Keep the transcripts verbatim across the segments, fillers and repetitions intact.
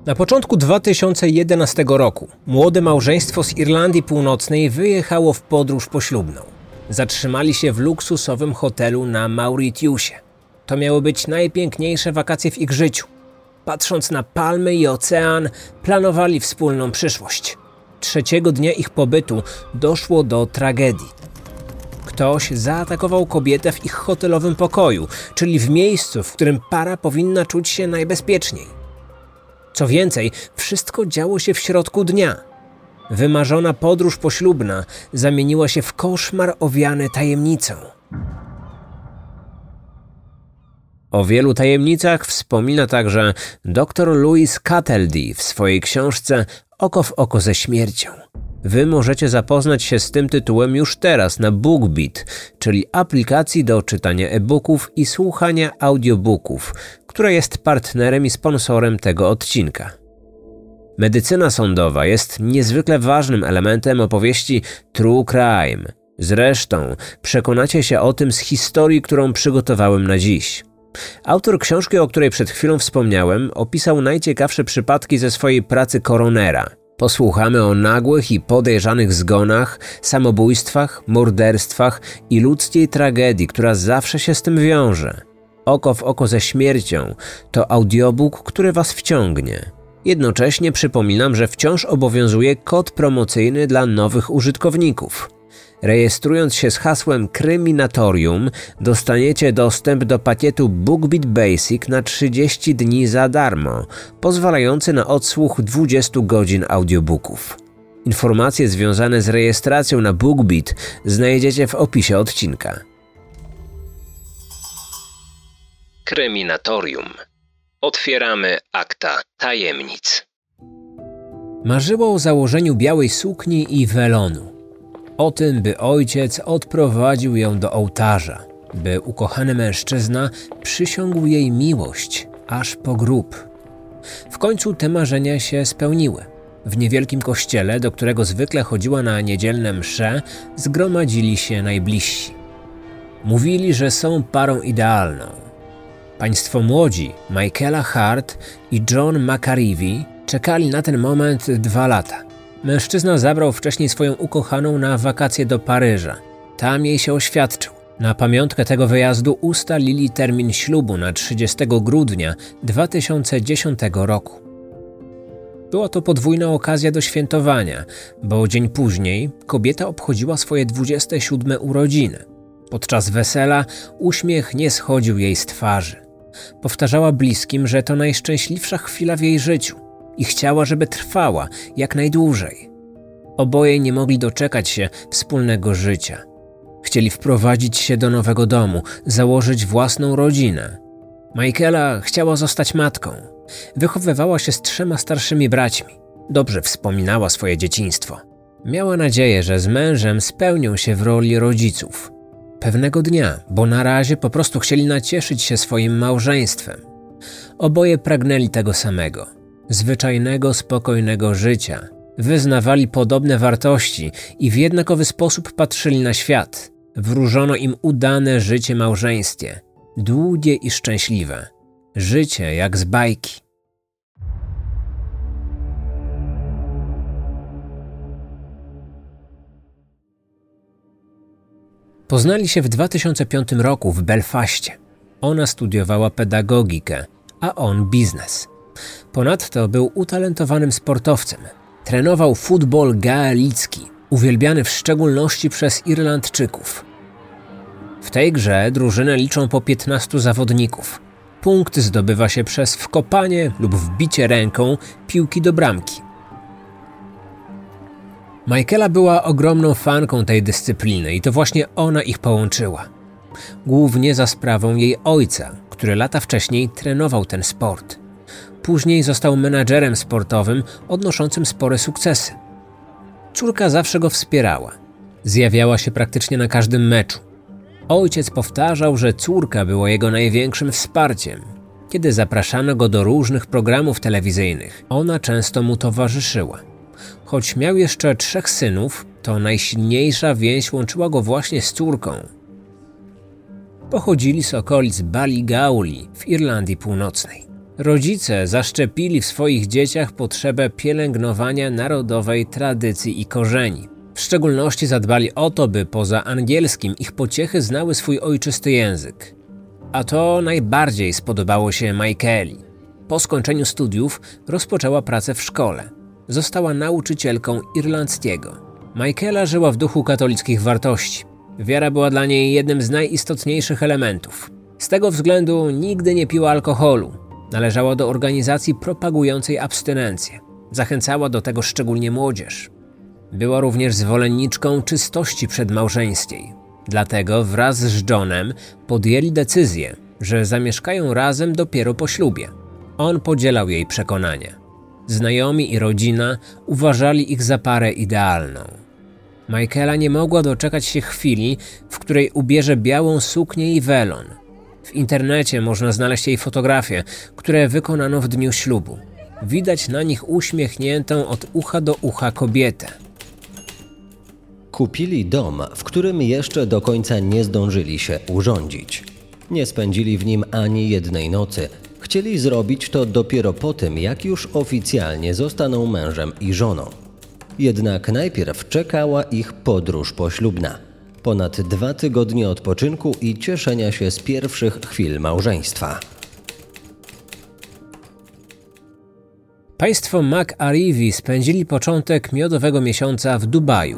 Na początku dwa tysiące jedenastego roku młode małżeństwo z Irlandii Północnej wyjechało w podróż poślubną. Zatrzymali się w luksusowym hotelu na Mauritiusie. To miały być najpiękniejsze wakacje w ich życiu. Patrząc na palmy i ocean, planowali wspólną przyszłość. Trzeciego dnia ich pobytu doszło do tragedii. Ktoś zaatakował kobietę w ich hotelowym pokoju, czyli w miejscu, w którym para powinna czuć się najbezpieczniej. Co więcej, wszystko działo się w środku dnia. Wymarzona podróż poślubna zamieniła się w koszmar owiany tajemnicą. O wielu tajemnicach wspomina także dr Louis Cateldy w swojej książce Oko w oko ze śmiercią. Wy możecie zapoznać się z tym tytułem już teraz na BookBeat, czyli aplikacji do czytania e-booków i słuchania audiobooków, która jest partnerem i sponsorem tego odcinka. Medycyna sądowa jest niezwykle ważnym elementem opowieści True Crime. Zresztą przekonacie się o tym z historii, którą przygotowałem na dziś. Autor książki, o której przed chwilą wspomniałem, opisał najciekawsze przypadki ze swojej pracy koronera. Posłuchamy o nagłych i podejrzanych zgonach, samobójstwach, morderstwach i ludzkiej tragedii, która zawsze się z tym wiąże. Oko w oko ze śmiercią to audiobook, który Was wciągnie. Jednocześnie przypominam, że wciąż obowiązuje kod promocyjny dla nowych użytkowników. Rejestrując się z hasłem Kryminatorium, dostaniecie dostęp do pakietu BookBeat Basic na trzydzieści dni za darmo, pozwalający na odsłuch dwudziestu godzin audiobooków. Informacje związane z rejestracją na BookBeat znajdziecie w opisie odcinka. Kryminatorium. Otwieramy akta tajemnic. Marzyło o założeniu białej sukni i welonu. O tym, by ojciec odprowadził ją do ołtarza, by ukochany mężczyzna przysiągł jej miłość aż po grób. W końcu te marzenia się spełniły. W niewielkim kościele, do którego zwykle chodziła na niedzielne msze, zgromadzili się najbliżsi. Mówili, że są parą idealną. Państwo młodzi, Michaela Hart i John McAreevy, czekali na ten moment dwa lata. Mężczyzna zabrał wcześniej swoją ukochaną na wakacje do Paryża. Tam jej się oświadczył. Na pamiątkę tego wyjazdu ustalili termin ślubu na trzydziestego grudnia dwa tysiące dziesiątego roku. Była to podwójna okazja do świętowania, bo dzień później kobieta obchodziła swoje dwudzieste siódme urodziny. Podczas wesela uśmiech nie schodził jej z twarzy. Powtarzała bliskim, że to najszczęśliwsza chwila w jej życiu i chciała, żeby trwała jak najdłużej. Oboje nie mogli doczekać się wspólnego życia. Chcieli wprowadzić się do nowego domu, założyć własną rodzinę. Michaela chciała zostać matką. Wychowywała się z trzema starszymi braćmi. Dobrze wspominała swoje dzieciństwo. Miała nadzieję, że z mężem spełnią się w roli rodziców. Pewnego dnia, bo na razie po prostu chcieli nacieszyć się swoim małżeństwem. Oboje pragnęli tego samego. Zwyczajnego, spokojnego życia. Wyznawali podobne wartości i w jednakowy sposób patrzyli na świat. Wróżono im udane życie małżeńskie. Długie i szczęśliwe. Życie jak z bajki. Poznali się w dwa tysiące piątym roku w Belfaście. Ona studiowała pedagogikę, a on biznes. Ponadto był utalentowanym sportowcem. Trenował futbol gaelicki, uwielbiany w szczególności przez Irlandczyków. W tej grze drużynę liczą po piętnastu zawodników. Punkt zdobywa się przez wkopanie lub wbicie ręką piłki do bramki. Michaela była ogromną fanką tej dyscypliny i to właśnie ona ich połączyła. Głównie za sprawą jej ojca, który lata wcześniej trenował ten sport. Później został menadżerem sportowym odnoszącym spore sukcesy. Córka zawsze go wspierała. Zjawiała się praktycznie na każdym meczu. Ojciec powtarzał, że córka była jego największym wsparciem. Kiedy zapraszano go do różnych programów telewizyjnych, ona często mu towarzyszyła. Choć miał jeszcze trzech synów, to najsilniejsza więź łączyła go właśnie z córką. Pochodzili z okolic Ballygauli w Irlandii Północnej. Rodzice zaszczepili w swoich dzieciach potrzebę pielęgnowania narodowej tradycji i korzeni. W szczególności zadbali o to, by poza angielskim ich pociechy znały swój ojczysty język. A to najbardziej spodobało się Michaeli. Po skończeniu studiów rozpoczęła pracę w szkole. Została nauczycielką irlandzkiego. Michaela żyła w duchu katolickich wartości. Wiara była dla niej jednym z najistotniejszych elementów. Z tego względu nigdy nie piła alkoholu. Należała do organizacji propagującej abstynencję. Zachęcała do tego szczególnie młodzież. Była również zwolenniczką czystości przedmałżeńskiej. Dlatego wraz z Johnem podjęli decyzję, że zamieszkają razem dopiero po ślubie. On podzielał jej przekonania. Znajomi i rodzina uważali ich za parę idealną. Michaela nie mogła doczekać się chwili, w której ubierze białą suknię i welon. W internecie można znaleźć jej fotografie, które wykonano w dniu ślubu. Widać na nich uśmiechniętą od ucha do ucha kobietę. Kupili dom, w którym jeszcze do końca nie zdążyli się urządzić. Nie spędzili w nim ani jednej nocy. Chcieli zrobić to dopiero po tym, jak już oficjalnie zostaną mężem i żoną. Jednak najpierw czekała ich podróż poślubna. Ponad dwa tygodnie odpoczynku i cieszenia się z pierwszych chwil małżeństwa. Państwo McAreavey spędzili początek miodowego miesiąca w Dubaju.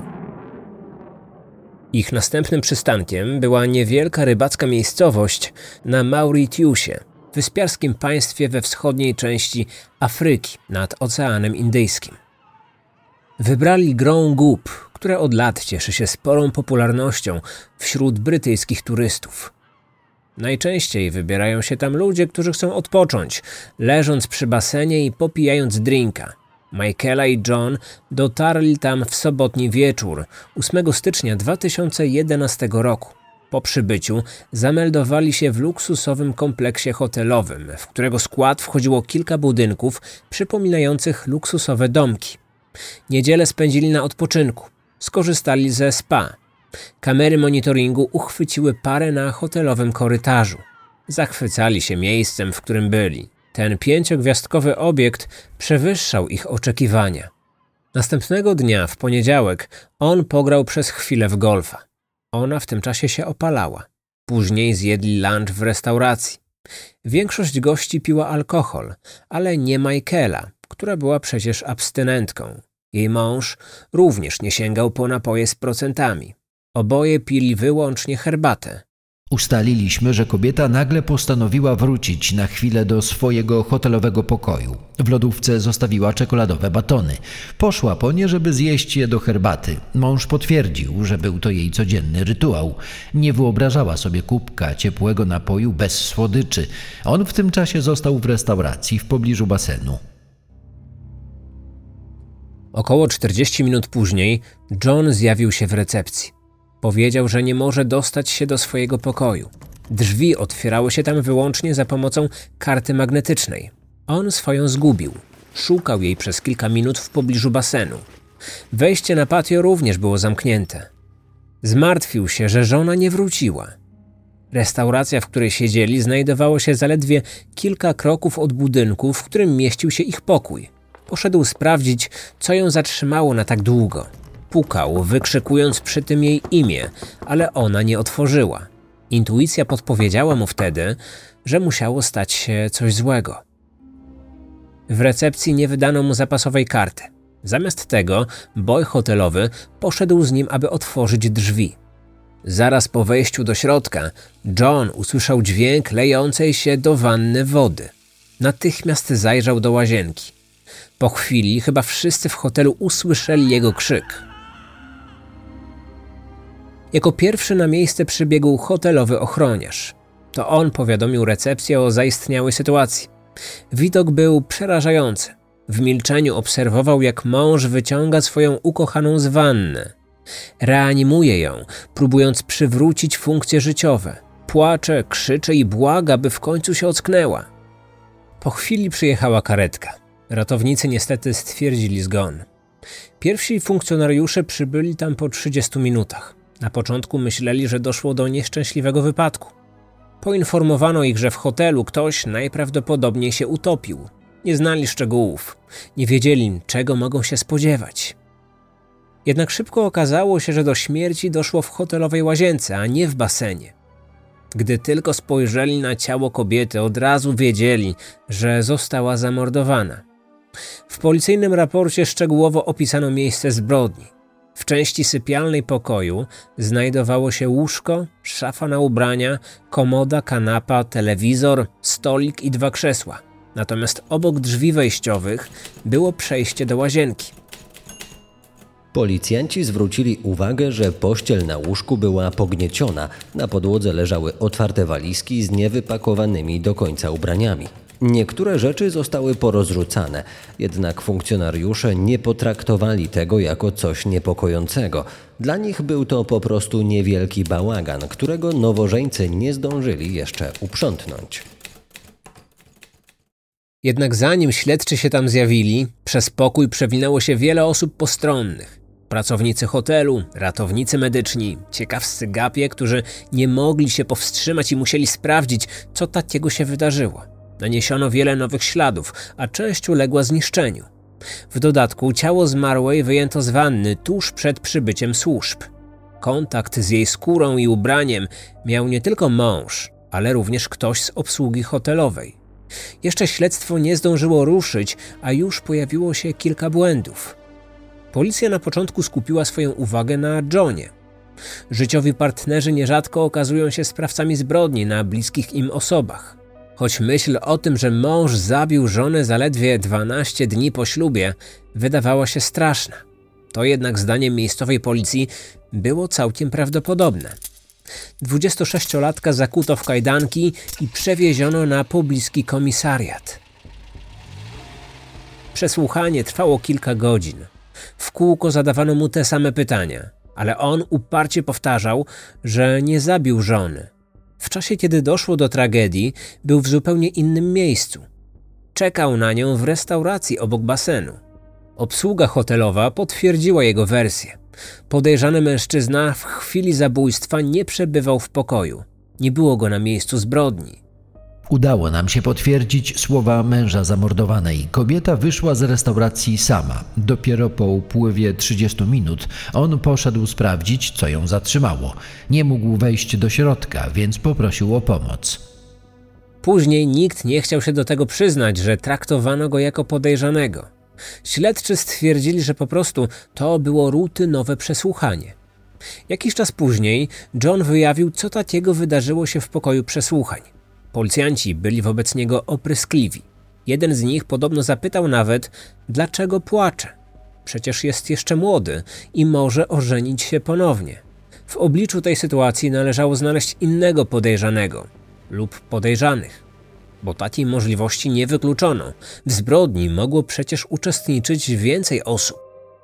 Ich następnym przystankiem była niewielka rybacka miejscowość na Mauritiusie, wyspiarskim państwie we wschodniej części Afryki nad Oceanem Indyjskim. Wybrali Grand Goup, które od lat cieszy się sporą popularnością wśród brytyjskich turystów. Najczęściej wybierają się tam ludzie, którzy chcą odpocząć, leżąc przy basenie i popijając drinka. Michaela i John dotarli tam w sobotni wieczór, ósmego stycznia dwa tysiące jedenastego roku. Po przybyciu zameldowali się w luksusowym kompleksie hotelowym, w którego skład wchodziło kilka budynków przypominających luksusowe domki. Niedzielę spędzili na odpoczynku. Skorzystali ze spa. Kamery monitoringu uchwyciły parę na hotelowym korytarzu. Zachwycali się miejscem, w którym byli. Ten pięciogwiazdkowy obiekt przewyższał ich oczekiwania. Następnego dnia, w poniedziałek, on pograł przez chwilę w golfa. Ona w tym czasie się opalała. Później zjedli lunch w restauracji. Większość gości piła alkohol, ale nie Michaela, która była przecież abstynentką. Jej mąż również nie sięgał po napoje z procentami. Oboje pili wyłącznie herbatę. Ustaliliśmy, że kobieta nagle postanowiła wrócić na chwilę do swojego hotelowego pokoju. W lodówce zostawiła czekoladowe batony. Poszła po nie, żeby zjeść je do herbaty. Mąż potwierdził, że był to jej codzienny rytuał. Nie wyobrażała sobie kubka ciepłego napoju bez słodyczy. On w tym czasie został w restauracji w pobliżu basenu. Około czterdzieści minut później John zjawił się w recepcji. Powiedział, że nie może dostać się do swojego pokoju. Drzwi otwierały się tam wyłącznie za pomocą karty magnetycznej. On swoją zgubił. Szukał jej przez kilka minut w pobliżu basenu. Wejście na patio również było zamknięte. Zmartwił się, że żona nie wróciła. Restauracja, w której siedzieli, znajdowała się zaledwie kilka kroków od budynku, w którym mieścił się ich pokój. Poszedł sprawdzić, co ją zatrzymało na tak długo. Pukał, wykrzykując przy tym jej imię, ale ona nie otworzyła. Intuicja podpowiedziała mu wtedy, że musiało stać się coś złego. W recepcji nie wydano mu zapasowej karty. Zamiast tego boy hotelowy poszedł z nim, aby otworzyć drzwi. Zaraz po wejściu do środka John usłyszał dźwięk lejącej się do wanny wody. Natychmiast zajrzał do łazienki. Po chwili chyba wszyscy w hotelu usłyszeli jego krzyk. Jako pierwszy na miejsce przybiegł hotelowy ochroniarz. To on powiadomił recepcję o zaistniałej sytuacji. Widok był przerażający. W milczeniu obserwował, jak mąż wyciąga swoją ukochaną z wanny. Reanimuje ją, próbując przywrócić funkcje życiowe. Płacze, krzycze i błaga, by w końcu się ocknęła. Po chwili przyjechała karetka. Ratownicy niestety stwierdzili zgon. Pierwsi funkcjonariusze przybyli tam po trzydziestu minutach. Na początku myśleli, że doszło do nieszczęśliwego wypadku. Poinformowano ich, że w hotelu ktoś najprawdopodobniej się utopił. Nie znali szczegółów, nie wiedzieli, czego mogą się spodziewać. Jednak szybko okazało się, że do śmierci doszło w hotelowej łazience, a nie w basenie. Gdy tylko spojrzeli na ciało kobiety, od razu wiedzieli, że została zamordowana. W policyjnym raporcie szczegółowo opisano miejsce zbrodni. W części sypialnej pokoju znajdowało się łóżko, szafa na ubrania, komoda, kanapa, telewizor, stolik i dwa krzesła. Natomiast obok drzwi wejściowych było przejście do łazienki. Policjanci zwrócili uwagę, że pościel na łóżku była pognieciona. Na podłodze leżały otwarte walizki z niewypakowanymi do końca ubraniami. Niektóre rzeczy zostały porozrzucane, jednak funkcjonariusze nie potraktowali tego jako coś niepokojącego. Dla nich był to po prostu niewielki bałagan, którego nowożeńcy nie zdążyli jeszcze uprzątnąć. Jednak zanim śledczy się tam zjawili, przez pokój przewinęło się wiele osób postronnych. Pracownicy hotelu, ratownicy medyczni, ciekawscy gapie, którzy nie mogli się powstrzymać i musieli sprawdzić, co takiego się wydarzyło. Naniesiono wiele nowych śladów, a część uległa zniszczeniu. W dodatku ciało zmarłej wyjęto z wanny tuż przed przybyciem służb. Kontakt z jej skórą i ubraniem miał nie tylko mąż, ale również ktoś z obsługi hotelowej. Jeszcze śledztwo nie zdążyło ruszyć, a już pojawiło się kilka błędów. Policja na początku skupiła swoją uwagę na Johnie. Życiowi partnerzy nierzadko okazują się sprawcami zbrodni na bliskich im osobach. Choć myśl o tym, że mąż zabił żonę zaledwie dwanaście dni po ślubie, wydawała się straszna. To jednak zdaniem miejscowej policji było całkiem prawdopodobne. dwudziestosześciolatka zakuto w kajdanki i przewieziono na pobliski komisariat. Przesłuchanie trwało kilka godzin. W kółko zadawano mu te same pytania, ale on uparcie powtarzał, że nie zabił żony. W czasie, kiedy doszło do tragedii, był w zupełnie innym miejscu. Czekał na nią w restauracji obok basenu. Obsługa hotelowa potwierdziła jego wersję. Podejrzany mężczyzna w chwili zabójstwa nie przebywał w pokoju. Nie było go na miejscu zbrodni. Udało nam się potwierdzić słowa męża zamordowanej. Kobieta wyszła z restauracji sama. Dopiero po upływie trzydziestu minut on poszedł sprawdzić, co ją zatrzymało. Nie mógł wejść do środka, więc poprosił o pomoc. Później nikt nie chciał się do tego przyznać, że traktowano go jako podejrzanego. Śledczy stwierdzili, że po prostu to było rutynowe przesłuchanie. Jakiś czas później John wyjawił, co takiego wydarzyło się w pokoju przesłuchań. Policjanci byli wobec niego opryskliwi. Jeden z nich podobno zapytał nawet, dlaczego płacze. Przecież jest jeszcze młody i może ożenić się ponownie. W obliczu tej sytuacji należało znaleźć innego podejrzanego lub podejrzanych, bo takiej możliwości nie wykluczono. W zbrodni mogło przecież uczestniczyć więcej osób.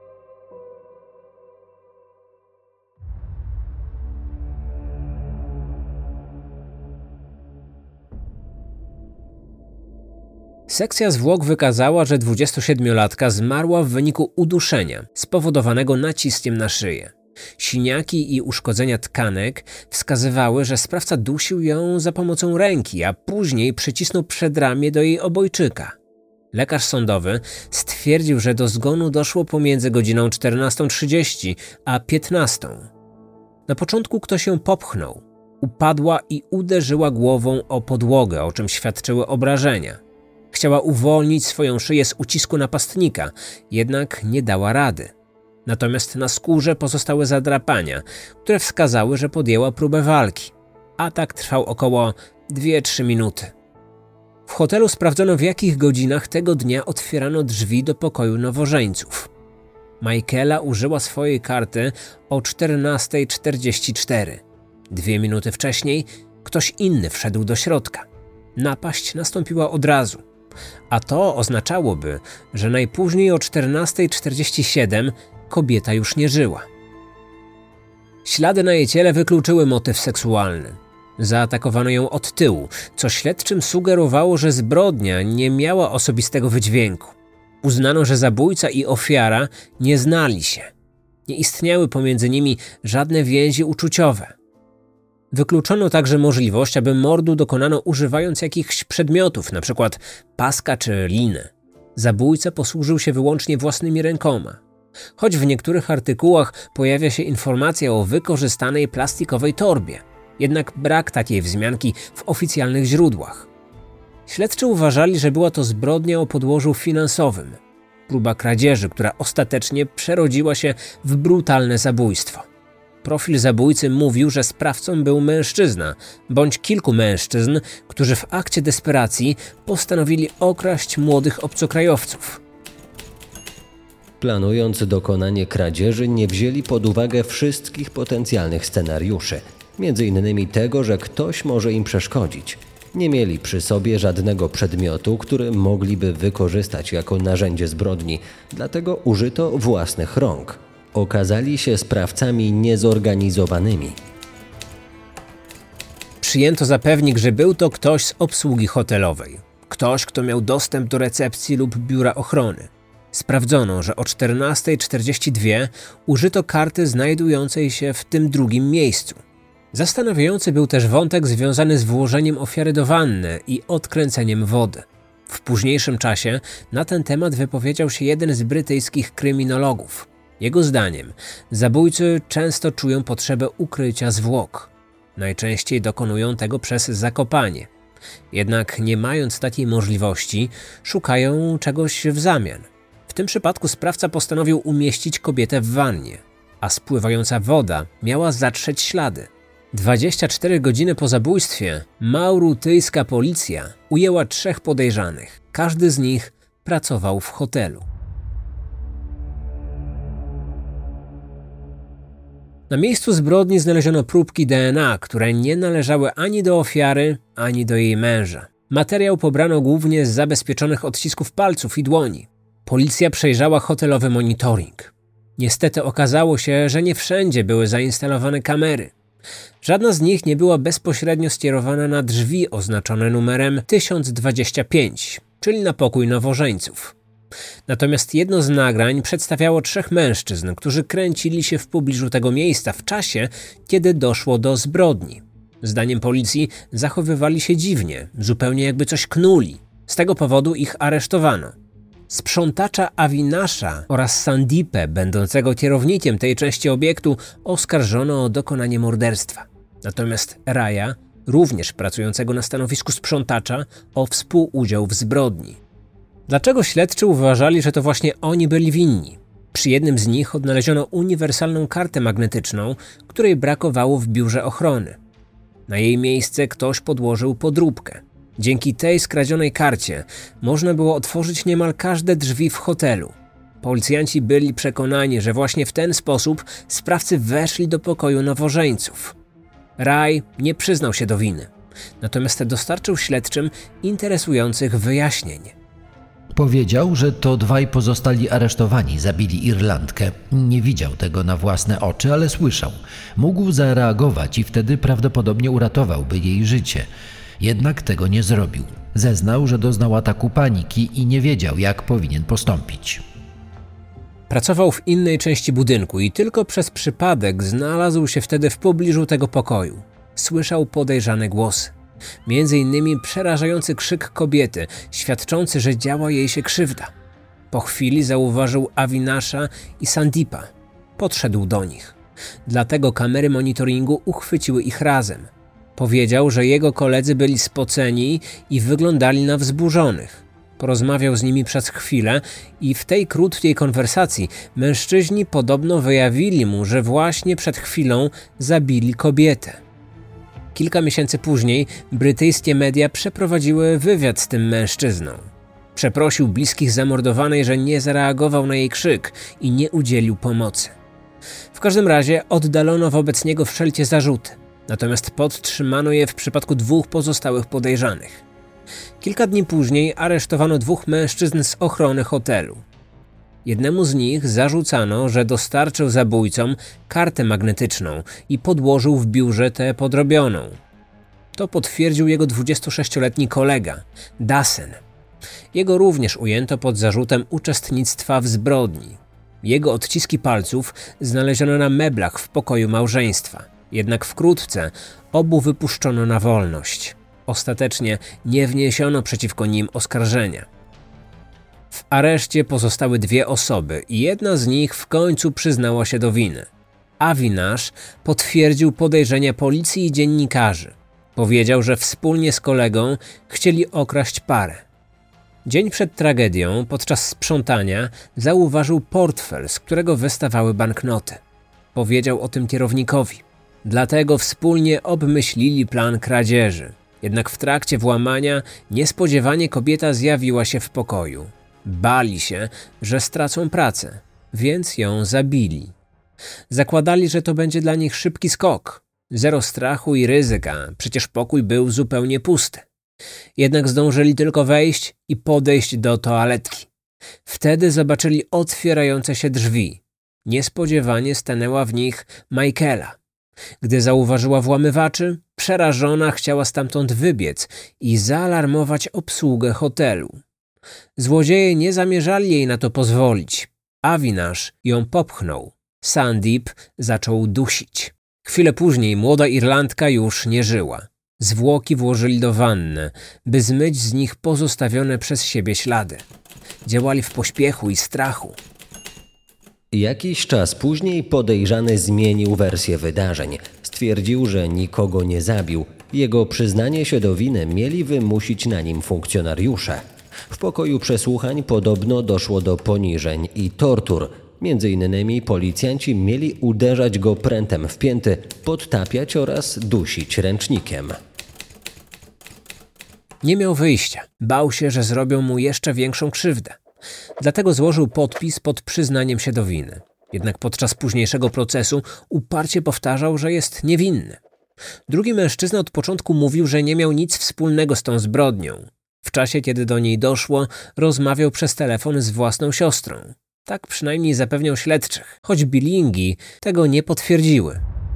Sekcja zwłok wykazała, że dwudziestosiedmiolatka zmarła w wyniku uduszenia spowodowanego naciskiem na szyję. Siniaki i uszkodzenia tkanek wskazywały, że sprawca dusił ją za pomocą ręki, a później przycisnął przedramię do jej obojczyka. Lekarz sądowy stwierdził, że do zgonu doszło pomiędzy godziną czternastą trzydzieści a piętnastą. Na początku ktoś ją popchnął. Upadła i uderzyła głową o podłogę, o czym świadczyły obrażenia. Chciała uwolnić swoją szyję z ucisku napastnika, jednak nie dała rady. Natomiast na skórze pozostały zadrapania, które wskazały, że podjęła próbę walki. Atak trwał około dwie trzy minuty. W hotelu sprawdzono, w jakich godzinach tego dnia otwierano drzwi do pokoju nowożeńców. Michaela użyła swojej karty o czternasta czterdzieści cztery. Dwie minuty wcześniej ktoś inny wszedł do środka. Napaść nastąpiła od razu. A to oznaczałoby, że najpóźniej o czternasta czterdzieści siedem kobieta już nie żyła. Ślady na jej ciele wykluczyły motyw seksualny. Zaatakowano ją od tyłu, co śledczym sugerowało, że zbrodnia nie miała osobistego wydźwięku. Uznano, że zabójca i ofiara nie znali się. Nie istniały pomiędzy nimi żadne więzi uczuciowe. Wykluczono także możliwość, aby mordu dokonano używając jakichś przedmiotów, np. paska czy liny. Zabójca posłużył się wyłącznie własnymi rękoma. Choć w niektórych artykułach pojawia się informacja o wykorzystanej plastikowej torbie, jednak brak takiej wzmianki w oficjalnych źródłach. Śledczy uważali, że była to zbrodnia o podłożu finansowym. Próba kradzieży, która ostatecznie przerodziła się w brutalne zabójstwo. Profil zabójcy mówił, że sprawcą był mężczyzna, bądź kilku mężczyzn, którzy w akcie desperacji postanowili okraść młodych obcokrajowców. Planując dokonanie kradzieży, nie wzięli pod uwagę wszystkich potencjalnych scenariuszy, między innymi tego, że ktoś może im przeszkodzić. Nie mieli przy sobie żadnego przedmiotu, który mogliby wykorzystać jako narzędzie zbrodni, dlatego użyto własnych rąk. Okazali się sprawcami niezorganizowanymi. Przyjęto za pewnik, że był to ktoś z obsługi hotelowej. Ktoś, kto miał dostęp do recepcji lub biura ochrony. Sprawdzono, że o czternasta czterdzieści dwa użyto karty znajdującej się w tym drugim miejscu. Zastanawiający był też wątek związany z włożeniem ofiary do wanny i odkręceniem wody. W późniejszym czasie na ten temat wypowiedział się jeden z brytyjskich kryminologów. Jego zdaniem zabójcy często czują potrzebę ukrycia zwłok. Najczęściej dokonują tego przez zakopanie. Jednak nie mając takiej możliwości, szukają czegoś w zamian. W tym przypadku sprawca postanowił umieścić kobietę w wannie, a spływająca woda miała zatrzeć ślady. dwadzieścia cztery godziny po zabójstwie maurytyjska policja ujęła trzech podejrzanych. Każdy z nich pracował w hotelu. Na miejscu zbrodni znaleziono próbki D N A, które nie należały ani do ofiary, ani do jej męża. Materiał pobrano głównie z zabezpieczonych odcisków palców i dłoni. Policja przejrzała hotelowy monitoring. Niestety okazało się, że nie wszędzie były zainstalowane kamery. Żadna z nich nie była bezpośrednio skierowana na drzwi oznaczone numerem tysiąc dwadzieścia pięć, czyli na pokój nowożeńców. Natomiast jedno z nagrań przedstawiało trzech mężczyzn, którzy kręcili się w pobliżu tego miejsca w czasie, kiedy doszło do zbrodni. Zdaniem policji zachowywali się dziwnie, zupełnie jakby coś knuli. Z tego powodu ich aresztowano. Sprzątacza Avinasha oraz Sandipę, będącego kierownikiem tej części obiektu, oskarżono o dokonanie morderstwa. Natomiast Raya, również pracującego na stanowisku sprzątacza, o współudział w zbrodni. Dlaczego śledczy uważali, że to właśnie oni byli winni? Przy jednym z nich odnaleziono uniwersalną kartę magnetyczną, której brakowało w biurze ochrony. Na jej miejsce ktoś podłożył podróbkę. Dzięki tej skradzionej karcie można było otworzyć niemal każde drzwi w hotelu. Policjanci byli przekonani, że właśnie w ten sposób sprawcy weszli do pokoju nowożeńców. Ray nie przyznał się do winy, natomiast dostarczył śledczym interesujących wyjaśnień. Powiedział, że to dwaj pozostali aresztowani zabili Irlandkę. Nie widział tego na własne oczy, ale słyszał. Mógł zareagować i wtedy prawdopodobnie uratowałby jej życie. Jednak tego nie zrobił. Zeznał, że doznał ataku paniki i nie wiedział, jak powinien postąpić. Pracował w innej części budynku i tylko przez przypadek znalazł się wtedy w pobliżu tego pokoju. Słyszał podejrzane głosy. Między innymi przerażający krzyk kobiety, świadczący, że działa jej się krzywda. Po chwili zauważył Avinasha i Sandipa. Podszedł do nich. Dlatego kamery monitoringu uchwyciły ich razem. Powiedział, że jego koledzy byli spoceni i wyglądali na wzburzonych. Porozmawiał z nimi przez chwilę i w tej krótkiej konwersacji mężczyźni podobno wyjawili mu, że właśnie przed chwilą zabili kobietę. Kilka miesięcy później brytyjskie media przeprowadziły wywiad z tym mężczyzną. Przeprosił bliskich zamordowanej, że nie zareagował na jej krzyk i nie udzielił pomocy. W każdym razie oddalono wobec niego wszelkie zarzuty, natomiast podtrzymano je w przypadku dwóch pozostałych podejrzanych. Kilka dni później aresztowano dwóch mężczyzn z ochrony hotelu. Jednemu z nich zarzucano, że dostarczył zabójcom kartę magnetyczną i podłożył w biurze tę podrobioną. To potwierdził jego dwudziestosześcioletni kolega, Dasen. Jego również ujęto pod zarzutem uczestnictwa w zbrodni. Jego odciski palców znaleziono na meblach w pokoju małżeństwa. Jednak wkrótce obu wypuszczono na wolność. Ostatecznie nie wniesiono przeciwko nim oskarżenia. W areszcie pozostały dwie osoby i jedna z nich w końcu przyznała się do winy. Avinash potwierdził podejrzenia policji i dziennikarzy. Powiedział, że wspólnie z kolegą chcieli okraść parę. Dzień przed tragedią, podczas sprzątania, zauważył portfel, z którego wystawały banknoty. Powiedział o tym kierownikowi. Dlatego wspólnie obmyślili plan kradzieży. Jednak w trakcie włamania niespodziewanie kobieta zjawiła się w pokoju. Bali się, że stracą pracę, więc ją zabili. Zakładali, że to będzie dla nich szybki skok. Zero strachu i ryzyka, przecież pokój był zupełnie pusty. Jednak zdążyli tylko wejść i podejść do toaletki. Wtedy zobaczyli otwierające się drzwi. Niespodziewanie stanęła w nich Michaela. Gdy zauważyła włamywaczy, przerażona chciała stamtąd wybiec i zaalarmować obsługę hotelu. Złodzieje nie zamierzali jej na to pozwolić. Avinash ją popchnął. Sandeep zaczął dusić. Chwilę później młoda Irlandka już nie żyła. Zwłoki włożyli do wanny, by zmyć z nich pozostawione przez siebie ślady. Działali w pośpiechu i strachu. Jakiś czas później podejrzany zmienił wersję wydarzeń. Stwierdził, że nikogo nie zabił. Jego przyznanie się do winy mieli wymusić na nim funkcjonariusze. W pokoju przesłuchań podobno doszło do poniżeń i tortur. Między innymi policjanci mieli uderzać go prętem w pięty, podtapiać oraz dusić ręcznikiem. Nie miał wyjścia. Bał się, że zrobią mu jeszcze większą krzywdę. Dlatego złożył podpis pod przyznaniem się do winy. Jednak podczas późniejszego procesu uparcie powtarzał, że jest niewinny. Drugi mężczyzna od początku mówił, że nie miał nic wspólnego z tą zbrodnią. W czasie, kiedy do niej doszło, rozmawiał przez telefon z własną siostrą. Tak przynajmniej zapewniał śledczych, choć bilingi tego nie potwierdziły.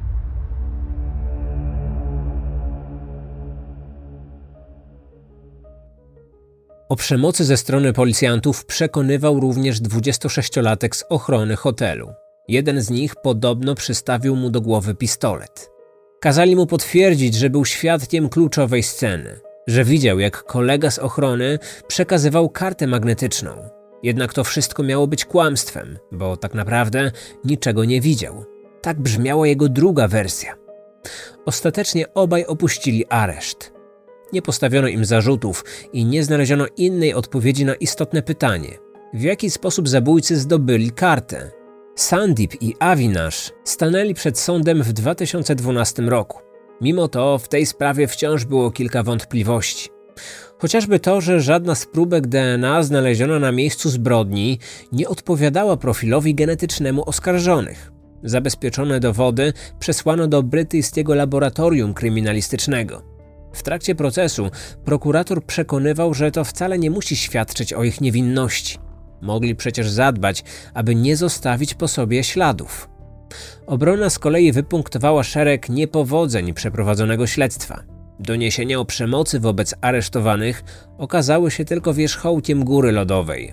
O przemocy ze strony policjantów przekonywał również dwudziestosześciolatek z ochrony hotelu. Jeden z nich podobno przystawił mu do głowy pistolet. Kazali mu potwierdzić, że był świadkiem kluczowej sceny, że widział, jak kolega z ochrony przekazywał kartę magnetyczną. Jednak to wszystko miało być kłamstwem, bo tak naprawdę niczego nie widział. Tak brzmiała jego druga wersja. Ostatecznie obaj opuścili areszt. Nie postawiono im zarzutów i nie znaleziono innej odpowiedzi na istotne pytanie. W jaki sposób zabójcy zdobyli kartę? Sandeep i Avinash stanęli przed sądem w dwa tysiące dwunastym roku. Mimo to w tej sprawie wciąż było kilka wątpliwości. Chociażby to, że żadna z próbek D N A znaleziona na miejscu zbrodni nie odpowiadała profilowi genetycznemu oskarżonych. Zabezpieczone dowody przesłano do brytyjskiego laboratorium kryminalistycznego. W trakcie procesu prokurator przekonywał, że to wcale nie musi świadczyć o ich niewinności. Mogli przecież zadbać, aby nie zostawić po sobie śladów. Obrona z kolei wypunktowała szereg niepowodzeń przeprowadzonego śledztwa. Doniesienia o przemocy wobec aresztowanych okazały się tylko wierzchołkiem góry lodowej.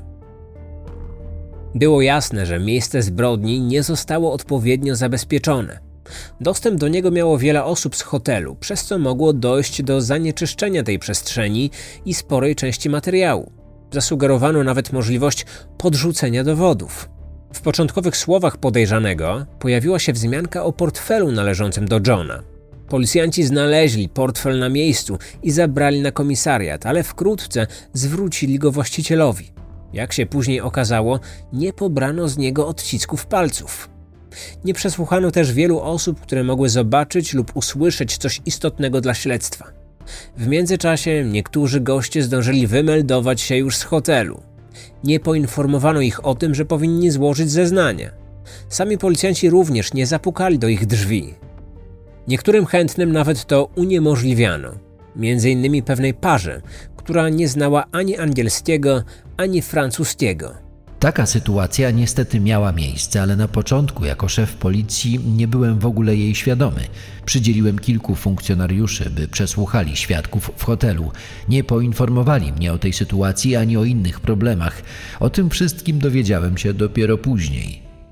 Było jasne, że miejsce zbrodni nie zostało odpowiednio zabezpieczone. Dostęp do niego miało wiele osób z hotelu, przez co mogło dojść do zanieczyszczenia tej przestrzeni i sporej części materiału. Zasugerowano nawet możliwość podrzucenia dowodów. W początkowych słowach podejrzanego pojawiła się wzmianka o portfelu należącym do Johna. Policjanci znaleźli portfel na miejscu i zabrali na komisariat, ale wkrótce zwrócili go właścicielowi. Jak się później okazało, nie pobrano z niego odcisków palców. Nie przesłuchano też wielu osób, które mogły zobaczyć lub usłyszeć coś istotnego dla śledztwa. W międzyczasie niektórzy goście zdążyli wymeldować się już z hotelu. Nie poinformowano ich o tym, że powinni złożyć zeznania. Sami policjanci również nie zapukali do ich drzwi. Niektórym chętnym nawet to uniemożliwiano. Między innymi pewnej parze, która nie znała ani angielskiego, ani francuskiego. Taka sytuacja niestety miała miejsce, ale na początku jako szef policji nie byłem w ogóle jej świadomy. Przydzieliłem kilku funkcjonariuszy, by przesłuchali świadków w hotelu. Nie poinformowali mnie o tej sytuacji ani o innych problemach. O tym wszystkim dowiedziałem się dopiero później.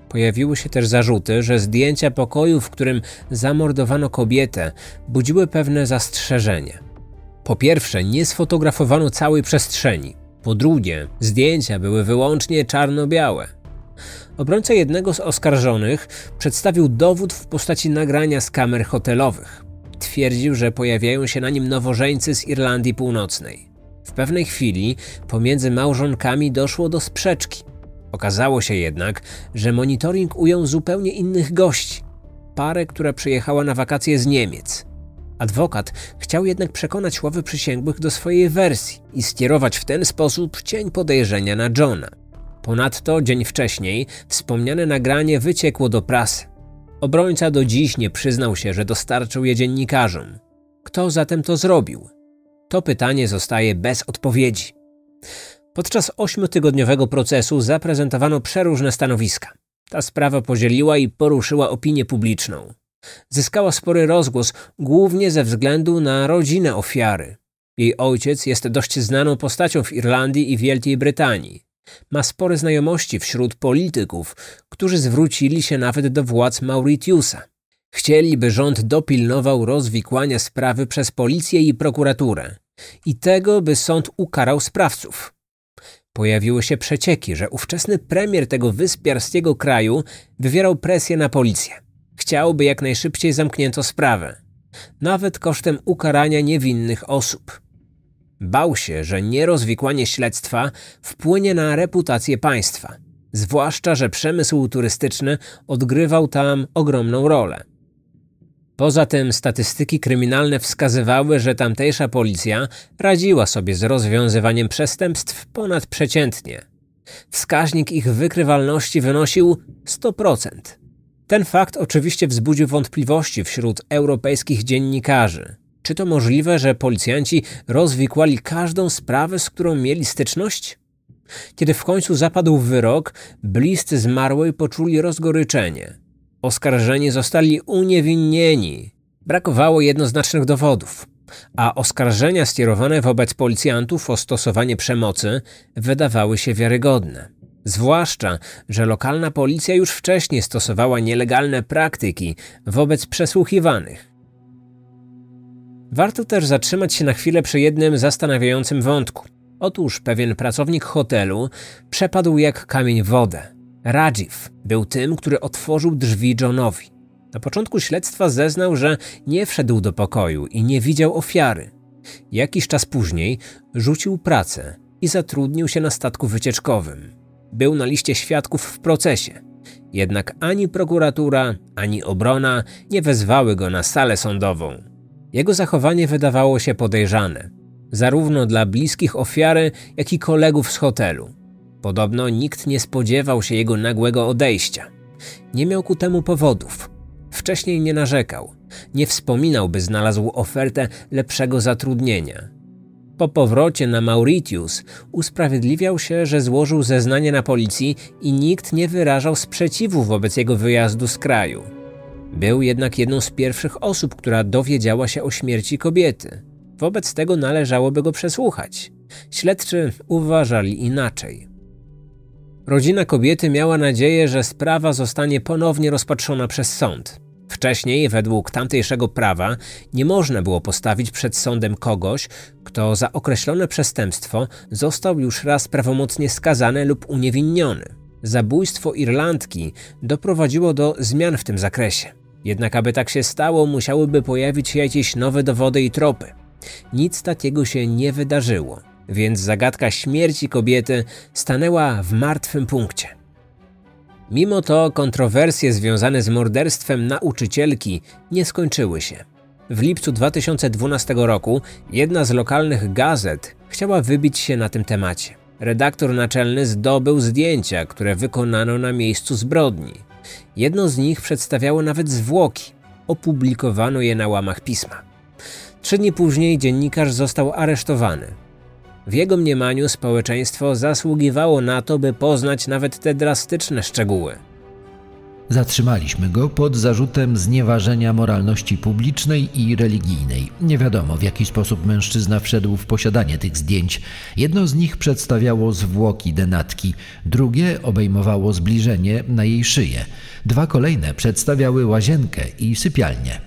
Pojawiły się też zarzuty, że zdjęcia pokoju, w którym zamordowano kobietę, budziły pewne zastrzeżenie. Po pierwsze, nie sfotografowano całej przestrzeni. Po drugie, zdjęcia były wyłącznie czarno-białe. Obrońca jednego z oskarżonych przedstawił dowód w postaci nagrania z kamer hotelowych. Twierdził, że pojawiają się na nim nowożeńcy z Irlandii Północnej. W pewnej chwili pomiędzy małżonkami doszło do sprzeczki. Okazało się jednak, że monitoring ujął zupełnie innych gości. Parę, która przyjechała na wakacje z Niemiec. Adwokat chciał jednak przekonać ławy przysięgłych do swojej wersji i skierować w ten sposób cień podejrzenia na Johna. Ponadto dzień wcześniej wspomniane nagranie wyciekło do prasy. Obrońca do dziś nie przyznał się, że dostarczył je dziennikarzom. Kto zatem to zrobił? To pytanie zostaje bez odpowiedzi. Podczas ośmiotygodniowego procesu zaprezentowano przeróżne stanowiska. Ta sprawa podzieliła i poruszyła opinię publiczną. Zyskała spory rozgłos głównie ze względu na rodzinę ofiary. Jej ojciec jest dość znaną postacią w Irlandii i Wielkiej Brytanii. Ma spore znajomości wśród polityków, którzy zwrócili się nawet do władz Mauritiusa. Chcieli, by rząd dopilnował rozwikłania sprawy przez policję i prokuraturę i tego, by sąd ukarał sprawców. Pojawiły się przecieki, że ówczesny premier tego wyspiarskiego kraju wywierał presję na policję. Chciał, by jak najszybciej zamknięto sprawę, nawet kosztem ukarania niewinnych osób. Bał się, że nierozwikłanie śledztwa wpłynie na reputację państwa, zwłaszcza że przemysł turystyczny odgrywał tam ogromną rolę. Poza tym statystyki kryminalne wskazywały, że tamtejsza policja radziła sobie z rozwiązywaniem przestępstw ponadprzeciętnie. Wskaźnik ich wykrywalności wynosił sto procent. Ten fakt oczywiście wzbudził wątpliwości wśród europejskich dziennikarzy. Czy to możliwe, że policjanci rozwikłali każdą sprawę, z którą mieli styczność? Kiedy w końcu zapadł wyrok, bliscy zmarłej poczuli rozgoryczenie. Oskarżeni zostali uniewinnieni. Brakowało jednoznacznych dowodów, a oskarżenia skierowane wobec policjantów o stosowanie przemocy wydawały się wiarygodne. Zwłaszcza, że lokalna policja już wcześniej stosowała nielegalne praktyki wobec przesłuchiwanych. Warto też zatrzymać się na chwilę przy jednym zastanawiającym wątku. Otóż pewien pracownik hotelu przepadł jak kamień w wodę. Rajiv był tym, który otworzył drzwi Johnowi. Na początku śledztwa zeznał, że nie wszedł do pokoju i nie widział ofiary. Jakiś czas później rzucił pracę i zatrudnił się na statku wycieczkowym. Był na liście świadków w procesie. Jednak ani prokuratura, ani obrona nie wezwały go na salę sądową. Jego zachowanie wydawało się podejrzane, zarówno dla bliskich ofiary, jak i kolegów z hotelu. Podobno nikt nie spodziewał się jego nagłego odejścia. Nie miał ku temu powodów. Wcześniej nie narzekał. Nie wspominał, by znalazł ofertę lepszego zatrudnienia. Po powrocie na Mauritius usprawiedliwiał się, że złożył zeznanie na policji i nikt nie wyrażał sprzeciwu wobec jego wyjazdu z kraju. Był jednak jedną z pierwszych osób, która dowiedziała się o śmierci kobiety. Wobec tego należałoby go przesłuchać. Śledczy uważali inaczej. Rodzina kobiety miała nadzieję, że sprawa zostanie ponownie rozpatrzona przez sąd. Wcześniej, według tamtejszego prawa, nie można było postawić przed sądem kogoś, kto za określone przestępstwo został już raz prawomocnie skazany lub uniewinniony. Zabójstwo Irlandki doprowadziło do zmian w tym zakresie. Jednak aby tak się stało, musiałyby pojawić się jakieś nowe dowody i tropy. Nic takiego się nie wydarzyło, więc zagadka śmierci kobiety stanęła w martwym punkcie. Mimo to kontrowersje związane z morderstwem nauczycielki nie skończyły się. W lipcu dwa tysiące dwunastego roku jedna z lokalnych gazet chciała wybić się na tym temacie. Redaktor naczelny zdobył zdjęcia, które wykonano na miejscu zbrodni. Jedno z nich przedstawiało nawet zwłoki. Opublikowano je na łamach pisma. Trzy dni później dziennikarz został aresztowany. W jego mniemaniu społeczeństwo zasługiwało na to, by poznać nawet te drastyczne szczegóły. Zatrzymaliśmy go pod zarzutem znieważenia moralności publicznej i religijnej. Nie wiadomo, w jaki sposób mężczyzna wszedł w posiadanie tych zdjęć. Jedno z nich przedstawiało zwłoki denatki, drugie obejmowało zbliżenie na jej szyję. Dwa kolejne przedstawiały łazienkę i sypialnię.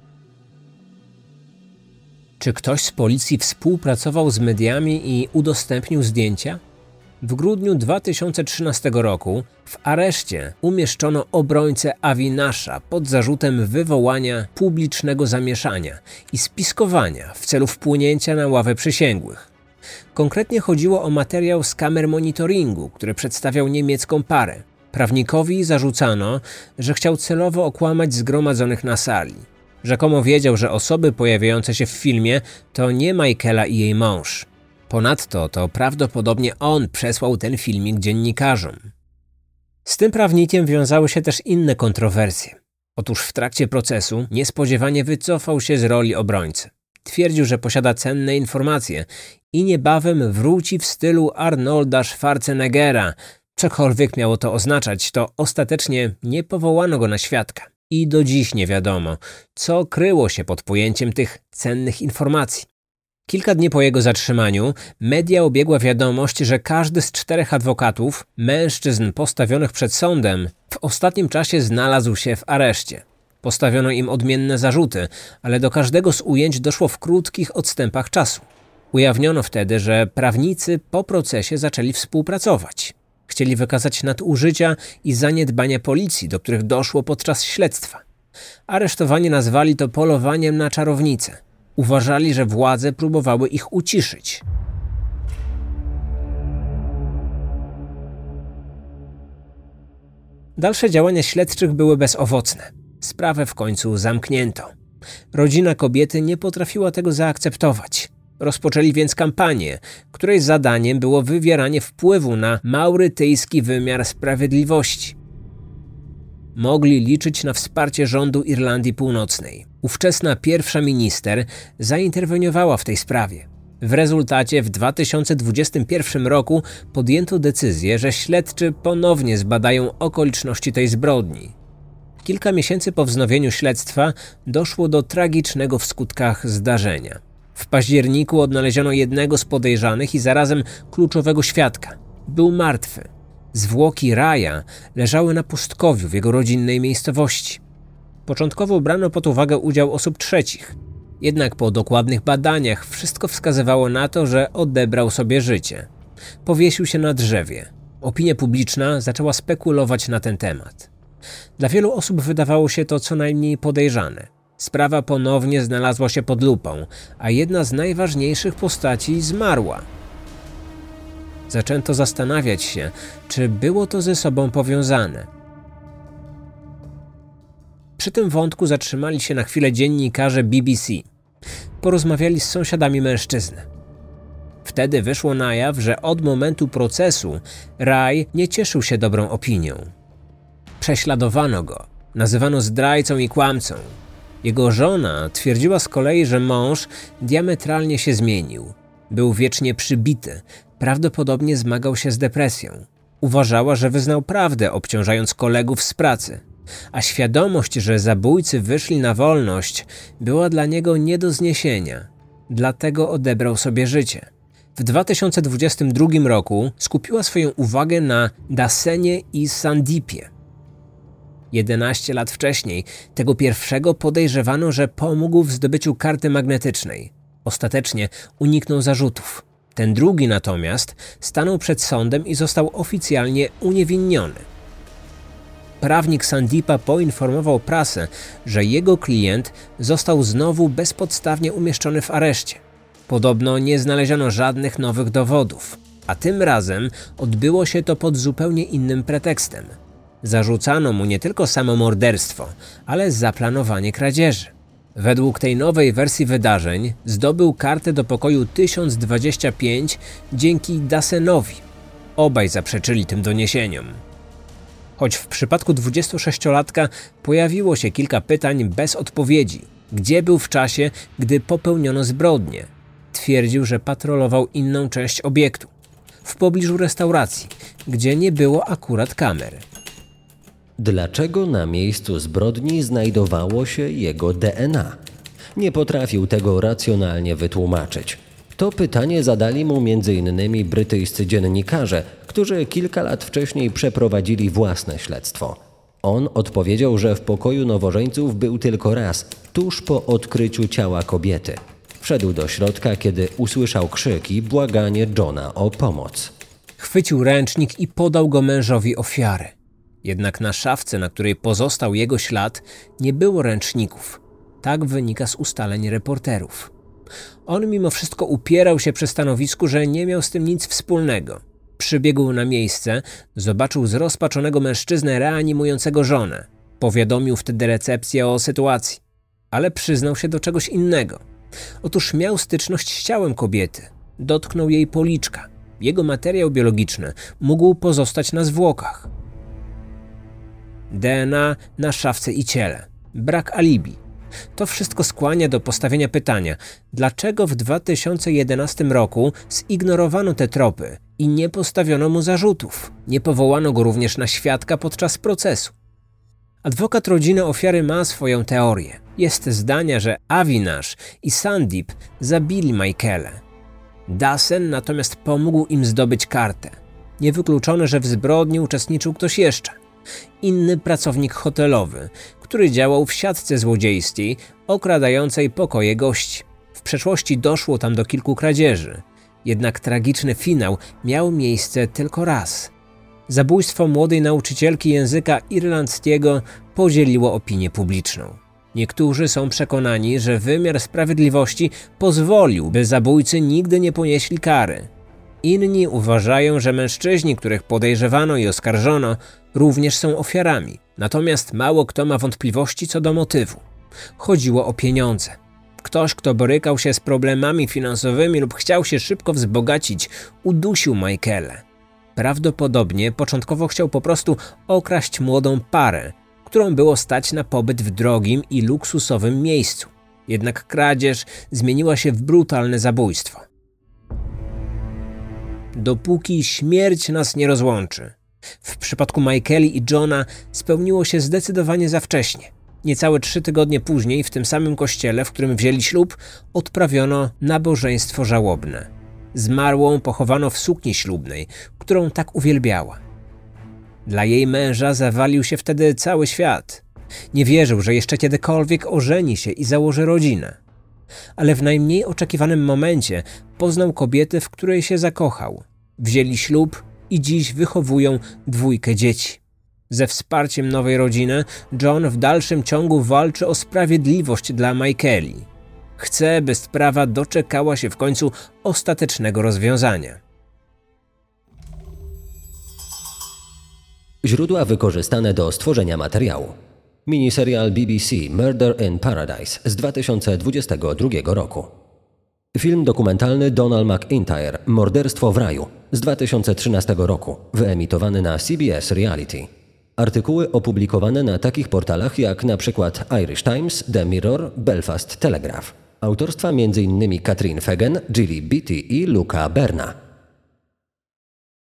Czy ktoś z policji współpracował z mediami i udostępnił zdjęcia? W grudniu dwa tysiące trzynastego roku w areszcie umieszczono obrońcę Avinasha pod zarzutem wywołania publicznego zamieszania i spiskowania w celu wpłynięcia na ławę przysięgłych. Konkretnie chodziło o materiał z kamer monitoringu, który przedstawiał niemiecką parę. Prawnikowi zarzucano, że chciał celowo okłamać zgromadzonych na sali. Rzekomo wiedział, że osoby pojawiające się w filmie to nie Michaela i jej mąż. Ponadto to prawdopodobnie on przesłał ten filmik dziennikarzom. Z tym prawnikiem wiązały się też inne kontrowersje. Otóż w trakcie procesu niespodziewanie wycofał się z roli obrońcy. Twierdził, że posiada cenne informacje i niebawem wróci w stylu Arnolda Schwarzeneggera. Cokolwiek miało to oznaczać, to ostatecznie nie powołano go na świadka. I do dziś nie wiadomo, co kryło się pod pojęciem tych cennych informacji. Kilka dni po jego zatrzymaniu media obiegła wiadomość, że każdy z czterech adwokatów, mężczyzn postawionych przed sądem, w ostatnim czasie znalazł się w areszcie. Postawiono im odmienne zarzuty, ale do każdego z ujęć doszło w krótkich odstępach czasu. Ujawniono wtedy, że prawnicy po procesie zaczęli współpracować. Chcieli wykazać nadużycia i zaniedbania policji, do których doszło podczas śledztwa. Aresztowani nazwali to polowaniem na czarownicę. Uważali, że władze próbowały ich uciszyć. Dalsze działania śledczych były bezowocne. Sprawę w końcu zamknięto. Rodzina kobiety nie potrafiła tego zaakceptować. Rozpoczęli więc kampanię, której zadaniem było wywieranie wpływu na maurytyjski wymiar sprawiedliwości. Mogli liczyć na wsparcie rządu Irlandii Północnej. Ówczesna pierwsza minister zainterweniowała w tej sprawie. W rezultacie w dwa tysiące dwudziestym pierwszym roku podjęto decyzję, że śledczy ponownie zbadają okoliczności tej zbrodni. Kilka miesięcy po wznowieniu śledztwa doszło do tragicznego w skutkach zdarzenia. W październiku odnaleziono jednego z podejrzanych i zarazem kluczowego świadka. Był martwy. Zwłoki Raya leżały na pustkowiu w jego rodzinnej miejscowości. Początkowo brano pod uwagę udział osób trzecich. Jednak po dokładnych badaniach wszystko wskazywało na to, że odebrał sobie życie. Powiesił się na drzewie. Opinia publiczna zaczęła spekulować na ten temat. Dla wielu osób wydawało się to co najmniej podejrzane. Sprawa ponownie znalazła się pod lupą, a jedna z najważniejszych postaci zmarła. Zaczęto zastanawiać się, czy było to ze sobą powiązane. Przy tym wątku zatrzymali się na chwilę dziennikarze B B C. Porozmawiali z sąsiadami mężczyzny. Wtedy wyszło na jaw, że od momentu procesu Ray nie cieszył się dobrą opinią. Prześladowano go, nazywano zdrajcą i kłamcą. Jego żona twierdziła z kolei, że mąż diametralnie się zmienił. Był wiecznie przybity, prawdopodobnie zmagał się z depresją. Uważała, że wyznał prawdę, obciążając kolegów z pracy. A świadomość, że zabójcy wyszli na wolność, była dla niego nie do zniesienia. Dlatego odebrał sobie życie. W dwa tysiące dwudziestym drugim roku skupiła swoją uwagę na Dasenie i Sandipie. jedenaście lat wcześniej tego pierwszego podejrzewano, że pomógł w zdobyciu karty magnetycznej. Ostatecznie uniknął zarzutów. Ten drugi natomiast stanął przed sądem i został oficjalnie uniewinniony. Prawnik Sandipa poinformował prasę, że jego klient został znowu bezpodstawnie umieszczony w areszcie. Podobno nie znaleziono żadnych nowych dowodów, a tym razem odbyło się to pod zupełnie innym pretekstem. Zarzucano mu nie tylko samo morderstwo, ale zaplanowanie kradzieży. Według tej nowej wersji wydarzeń zdobył kartę do pokoju tysiąc dwadzieścia pięć dzięki Dasenowi. Obaj zaprzeczyli tym doniesieniom. Choć w przypadku dwudziestosześciolatka pojawiło się kilka pytań bez odpowiedzi. Gdzie był w czasie, gdy popełniono zbrodnię? Twierdził, że patrolował inną część obiektu, w pobliżu restauracji, gdzie nie było akurat kamer. Dlaczego na miejscu zbrodni znajdowało się jego D N A? Nie potrafił tego racjonalnie wytłumaczyć. To pytanie zadali mu między innymi brytyjscy dziennikarze, którzy kilka lat wcześniej przeprowadzili własne śledztwo. On odpowiedział, że w pokoju nowożeńców był tylko raz, tuż po odkryciu ciała kobiety. Wszedł do środka, kiedy usłyszał krzyk i błaganie Johna o pomoc. Chwycił ręcznik i podał go mężowi ofiary. Jednak na szafce, na której pozostał jego ślad, nie było ręczników. Tak wynika z ustaleń reporterów. On mimo wszystko upierał się przy stanowisku, że nie miał z tym nic wspólnego. Przybiegł na miejsce, zobaczył zrozpaczonego mężczyznę reanimującego żonę. Powiadomił wtedy recepcję o sytuacji, ale przyznał się do czegoś innego. Otóż miał styczność z ciałem kobiety. Dotknął jej policzka. Jego materiał biologiczny mógł pozostać na zwłokach. D N A na szafce i ciele. Brak alibi. To wszystko skłania do postawienia pytania, dlaczego w dwa tysiące jedenastym roku zignorowano te tropy i nie postawiono mu zarzutów. Nie powołano go również na świadka podczas procesu. Adwokat rodziny ofiary ma swoją teorię. Jest zdania, że Avinash i Sandeep zabili Michaela. Dasen natomiast pomógł im zdobyć kartę. Niewykluczone, że w zbrodni uczestniczył ktoś jeszcze. Inny pracownik hotelowy, który działał w siatce złodziejskiej okradającej pokoje gości. W przeszłości doszło tam do kilku kradzieży. Jednak tragiczny finał miał miejsce tylko raz. Zabójstwo młodej nauczycielki języka irlandzkiego podzieliło opinię publiczną. Niektórzy są przekonani, że wymiar sprawiedliwości pozwolił, by zabójcy nigdy nie ponieśli kary. Inni uważają, że mężczyźni, których podejrzewano i oskarżono, również są ofiarami. Natomiast mało kto ma wątpliwości co do motywu. Chodziło o pieniądze. Ktoś, kto borykał się z problemami finansowymi lub chciał się szybko wzbogacić, udusił Michaela. Prawdopodobnie początkowo chciał po prostu okraść młodą parę, którą było stać na pobyt w drogim i luksusowym miejscu. Jednak kradzież zmieniła się w brutalne zabójstwo. Dopóki śmierć nas nie rozłączy. W przypadku Michaeli i Johna spełniło się zdecydowanie za wcześnie. Niecałe trzy tygodnie później w tym samym kościele, w którym wzięli ślub, odprawiono nabożeństwo żałobne. Zmarłą pochowano w sukni ślubnej, którą tak uwielbiała. Dla jej męża zawalił się wtedy cały świat. Nie wierzył, że jeszcze kiedykolwiek ożeni się i założy rodzinę. Ale w najmniej oczekiwanym momencie poznał kobietę, w której się zakochał. Wzięli ślub i dziś wychowują dwójkę dzieci. Ze wsparciem nowej rodziny John w dalszym ciągu walczy o sprawiedliwość dla Michaeli. Chce, by sprawa doczekała się w końcu ostatecznego rozwiązania. Źródła wykorzystane do stworzenia materiału. Miniserial B B C Murder in Paradise z dwa tysiące dwudziestego drugiego roku. Film dokumentalny Donald McIntyre Morderstwo w raju z dwa tysiące trzynastego roku, wyemitowany na C B S Reality. Artykuły opublikowane na takich portalach jak na przykład Irish Times, The Mirror, Belfast Telegraph. Autorstwa m.in. Catherine Fagan, Gilly Beatty i Luca Berna.